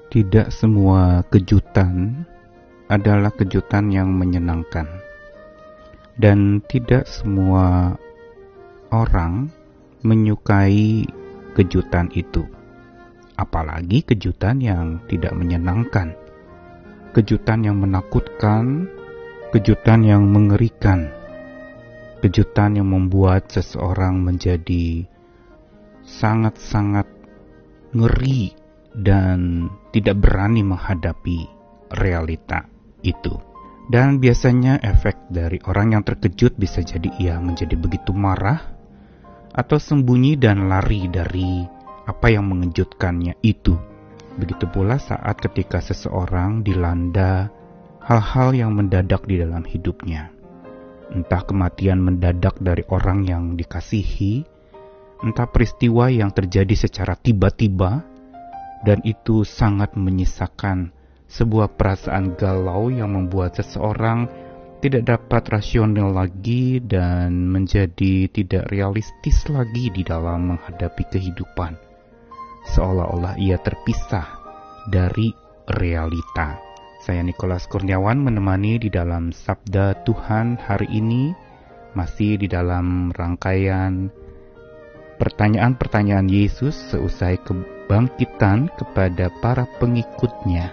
Tidak semua kejutan adalah kejutan yang menyenangkan, dan tidak semua orang menyukai kejutan itu, apalagi kejutan yang tidak menyenangkan, kejutan yang menakutkan, kejutan yang mengerikan, kejutan yang membuat seseorang menjadi sangat-sangat ngeri dan tidak berani menghadapi realita itu. Dan biasanya efek dari orang yang terkejut bisa jadi ia menjadi begitu marah atau sembunyi dan lari dari apa yang mengejutkannya itu. Begitu pula saat ketika seseorang dilanda hal-hal yang mendadak di dalam hidupnya. Entah kematian mendadak dari orang yang dikasihi, entah peristiwa yang terjadi secara tiba-tiba, dan itu sangat menyisakan sebuah perasaan galau yang membuat seseorang tidak dapat rasional lagi dan menjadi tidak realistis lagi di dalam menghadapi kehidupan. Seolah-olah ia terpisah dari realita. Saya Nikolas Kurniawan menemani di dalam Sabda Tuhan hari ini, masih di dalam rangkaian pertanyaan-pertanyaan Yesus seusai kebangkitan kepada para pengikutnya.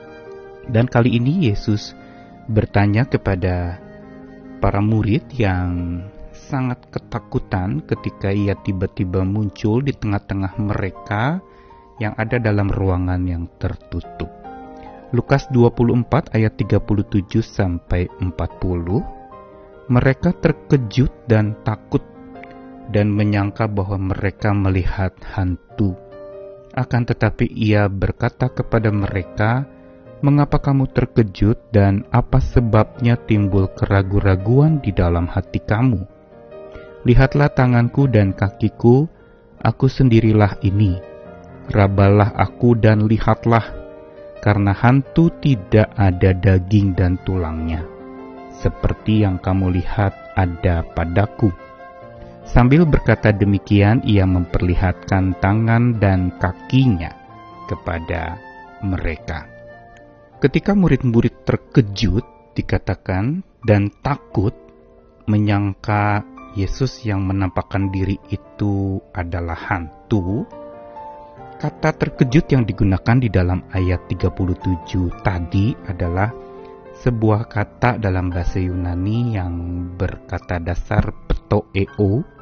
Dan kali ini Yesus bertanya kepada para murid yang sangat ketakutan ketika ia tiba-tiba muncul di tengah-tengah mereka yang ada dalam ruangan yang tertutup. Lukas 24 ayat 37 sampai 40. Mereka terkejut dan takut dan menyangka bahwa mereka melihat hantu. Akan tetapi ia berkata kepada mereka, "Mengapa kamu terkejut dan apa sebabnya timbul keraguan-raguan di dalam hati kamu? Lihatlah tanganku dan kakiku, aku sendirilah ini. Rabalah aku dan lihatlah, karena hantu tidak ada daging dan tulangnya, seperti yang kamu lihat ada padaku." Sambil berkata demikian, ia memperlihatkan tangan dan kakinya kepada mereka. Ketika murid-murid terkejut, dikatakan, dan takut, menyangka Yesus yang menampakkan diri itu adalah hantu. Kata terkejut yang digunakan di dalam ayat 37 tadi adalah sebuah kata dalam bahasa Yunani yang berkata dasar petoeo,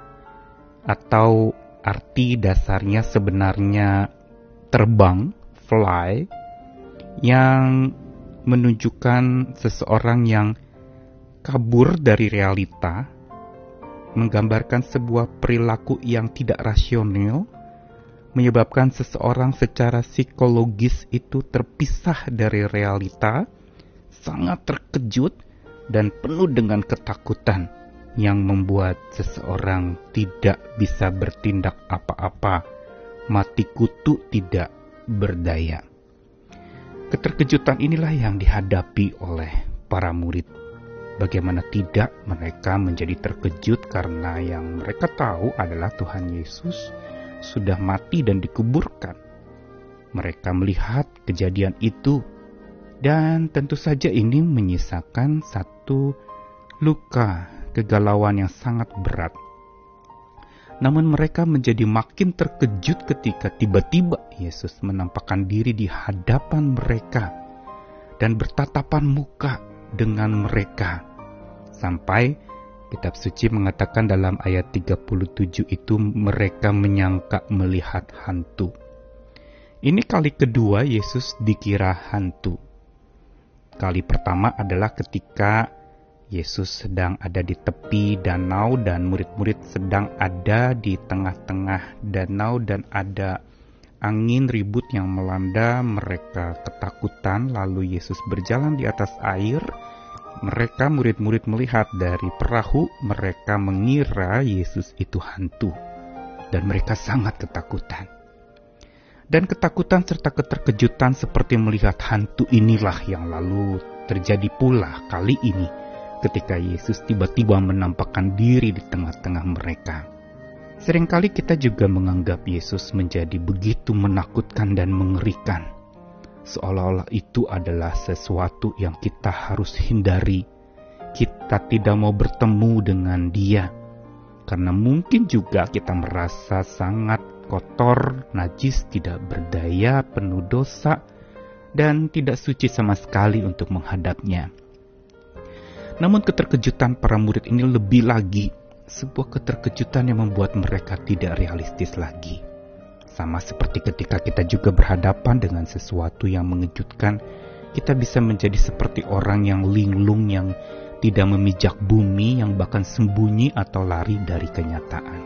atau arti dasarnya sebenarnya terbang, fly, yang menunjukkan seseorang yang kabur dari realita, menggambarkan sebuah perilaku yang tidak rasional, menyebabkan seseorang secara psikologis itu terpisah dari realita, sangat terkejut dan penuh dengan ketakutan yang membuat seseorang tidak bisa bertindak apa-apa, mati kutu tidak berdaya. Keterkejutan inilah yang dihadapi oleh para murid. Bagaimana tidak mereka menjadi terkejut karena yang mereka tahu adalah Tuhan Yesus sudah mati dan dikuburkan. Mereka melihat kejadian itu, dan tentu saja ini menyisakan satu luka, kegalauan yang sangat berat. Namun mereka menjadi makin terkejut ketika tiba-tiba Yesus menampakkan diri di hadapan mereka dan bertatapan muka dengan mereka. Sampai kitab suci mengatakan dalam ayat 37 itu mereka menyangka melihat hantu. Ini kali kedua Yesus dikira hantu. Kali pertama adalah ketika Yesus sedang ada di tepi danau dan murid-murid sedang ada di tengah-tengah danau dan ada angin ribut yang melanda. Mereka ketakutan, lalu Yesus berjalan di atas air. Mereka murid-murid melihat dari perahu, mereka mengira Yesus itu hantu dan mereka sangat ketakutan. Dan ketakutan serta keterkejutan seperti melihat hantu inilah yang lalu terjadi pula kali ini ketika Yesus tiba-tiba menampakkan diri di tengah-tengah mereka. Seringkali kita juga menganggap Yesus menjadi begitu menakutkan dan mengerikan. seolah-olah itu adalah sesuatu yang kita harus hindari. Kita tidak mau bertemu dengan Dia, karena mungkin juga kita merasa sangat kotor, najis, tidak berdaya, penuh dosa, dan tidak suci sama sekali untuk menghadapnya. Namun keterkejutan para murid ini lebih lagi, sebuah keterkejutan yang membuat mereka tidak realistis lagi. Sama seperti ketika kita juga berhadapan dengan sesuatu yang mengejutkan, kita bisa menjadi seperti orang yang linglung, yang tidak memijak bumi, yang bahkan sembunyi atau lari dari kenyataan.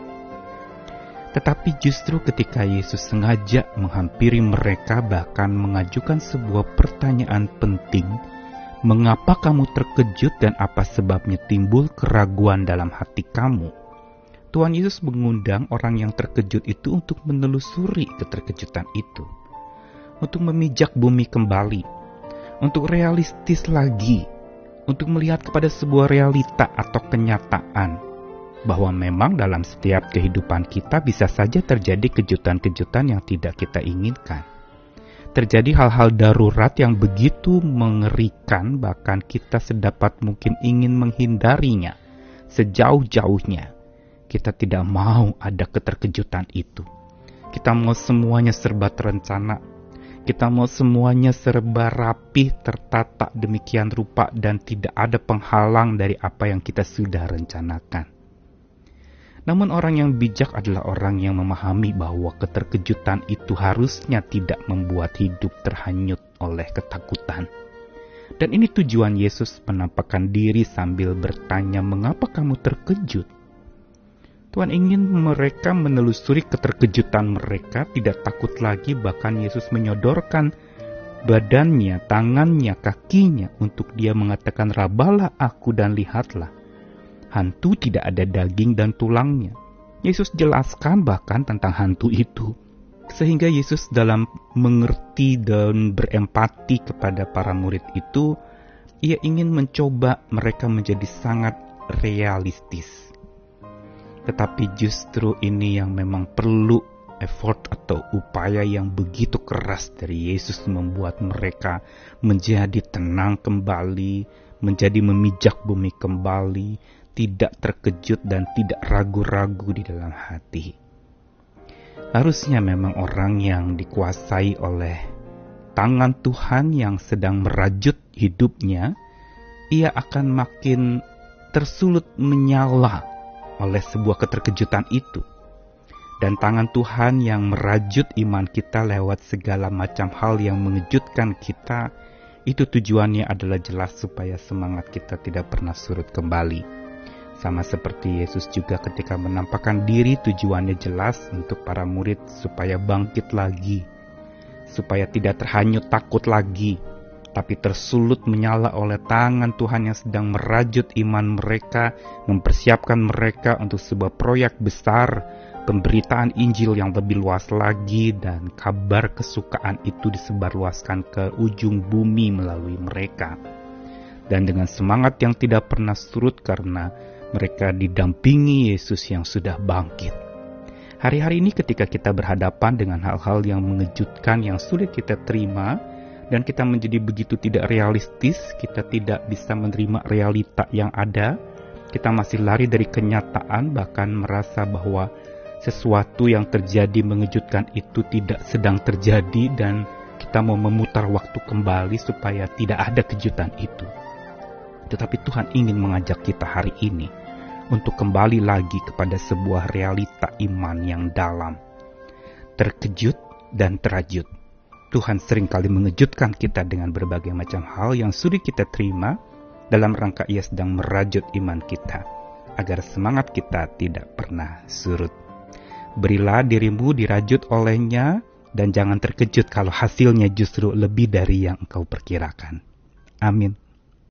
Tetapi justru ketika Yesus sengaja menghampiri mereka, bahkan mengajukan sebuah pertanyaan penting, mengapa kamu terkejut dan apa sebabnya timbul keraguan dalam hati kamu? Tuhan Yesus mengundang orang yang terkejut itu untuk menelusuri keterkejutan itu, untuk memijak bumi kembali, untuk realistis lagi, untuk melihat kepada sebuah realita atau kenyataan, bahwa memang dalam setiap kehidupan kita bisa saja terjadi kejutan-kejutan yang tidak kita inginkan. Terjadi hal-hal darurat yang begitu mengerikan, bahkan kita sedapat mungkin ingin menghindarinya sejauh-jauhnya. Kita tidak mau ada keterkejutan itu. Kita mau semuanya serba terencana. Kita mau semuanya serba rapi, tertata demikian rupa, dan tidak ada penghalang dari apa yang kita sudah rencanakan. Namun orang yang bijak adalah orang yang memahami bahwa keterkejutan itu harusnya tidak membuat hidup terhanyut oleh ketakutan. Dan ini tujuan Yesus menampakkan diri sambil bertanya, "Mengapa kamu terkejut?" Tuhan ingin mereka menelusuri keterkejutan mereka, tidak takut lagi, bahkan Yesus menyodorkan badannya, tangannya, kakinya untuk Dia mengatakan, "Rabalah aku dan lihatlah. Hantu tidak ada daging dan tulangnya." Yesus jelaskan bahkan tentang hantu itu, sehingga Yesus dalam mengerti dan berempati kepada para murid itu, Ia ingin mencoba mereka menjadi sangat realistis. Tetapi justru ini yang memang perlu effort atau upaya yang begitu keras dari Yesus, membuat mereka menjadi tenang kembali, menjadi memijak bumi kembali, tidak terkejut dan tidak ragu-ragu di dalam hati. Harusnya memang orang yang dikuasai oleh tangan Tuhan yang sedang merajut hidupnya, ia akan makin tersulut menyala oleh sebuah keterkejutan itu. Dan tangan Tuhan yang merajut iman kita lewat segala macam hal yang mengejutkan kita, itu tujuannya adalah jelas supaya semangat kita tidak pernah surut kembali. Sama seperti Yesus juga ketika menampakkan diri, tujuannya jelas untuk para murid supaya bangkit lagi, supaya tidak terhanyut takut lagi, tapi tersulut menyala oleh tangan Tuhan yang sedang merajut iman mereka, mempersiapkan mereka untuk sebuah proyek besar, pemberitaan Injil yang lebih luas lagi, dan kabar kesukaan itu disebarluaskan ke ujung bumi melalui mereka. Dan dengan semangat yang tidak pernah surut karena mereka didampingi Yesus yang sudah bangkit. Hari-hari ini ketika kita berhadapan dengan hal-hal yang mengejutkan, yang sulit kita terima, dan kita menjadi begitu tidak realistis, kita tidak bisa menerima realita yang ada, kita masih lari dari kenyataan, bahkan merasa bahwa sesuatu yang terjadi mengejutkan itu tidak sedang terjadi, dan kita mau memutar waktu kembali supaya tidak ada kejutan itu. Tetapi Tuhan ingin mengajak kita hari ini untuk kembali lagi kepada sebuah realita iman yang dalam, terkejut dan terajut. Tuhan seringkali mengejutkan kita dengan berbagai macam hal yang sulit kita terima, dalam rangka Ia sedang merajut iman kita, agar semangat kita tidak pernah surut. Berilah dirimu dirajut olehnya, dan jangan terkejut kalau hasilnya justru lebih dari yang engkau perkirakan. Amin.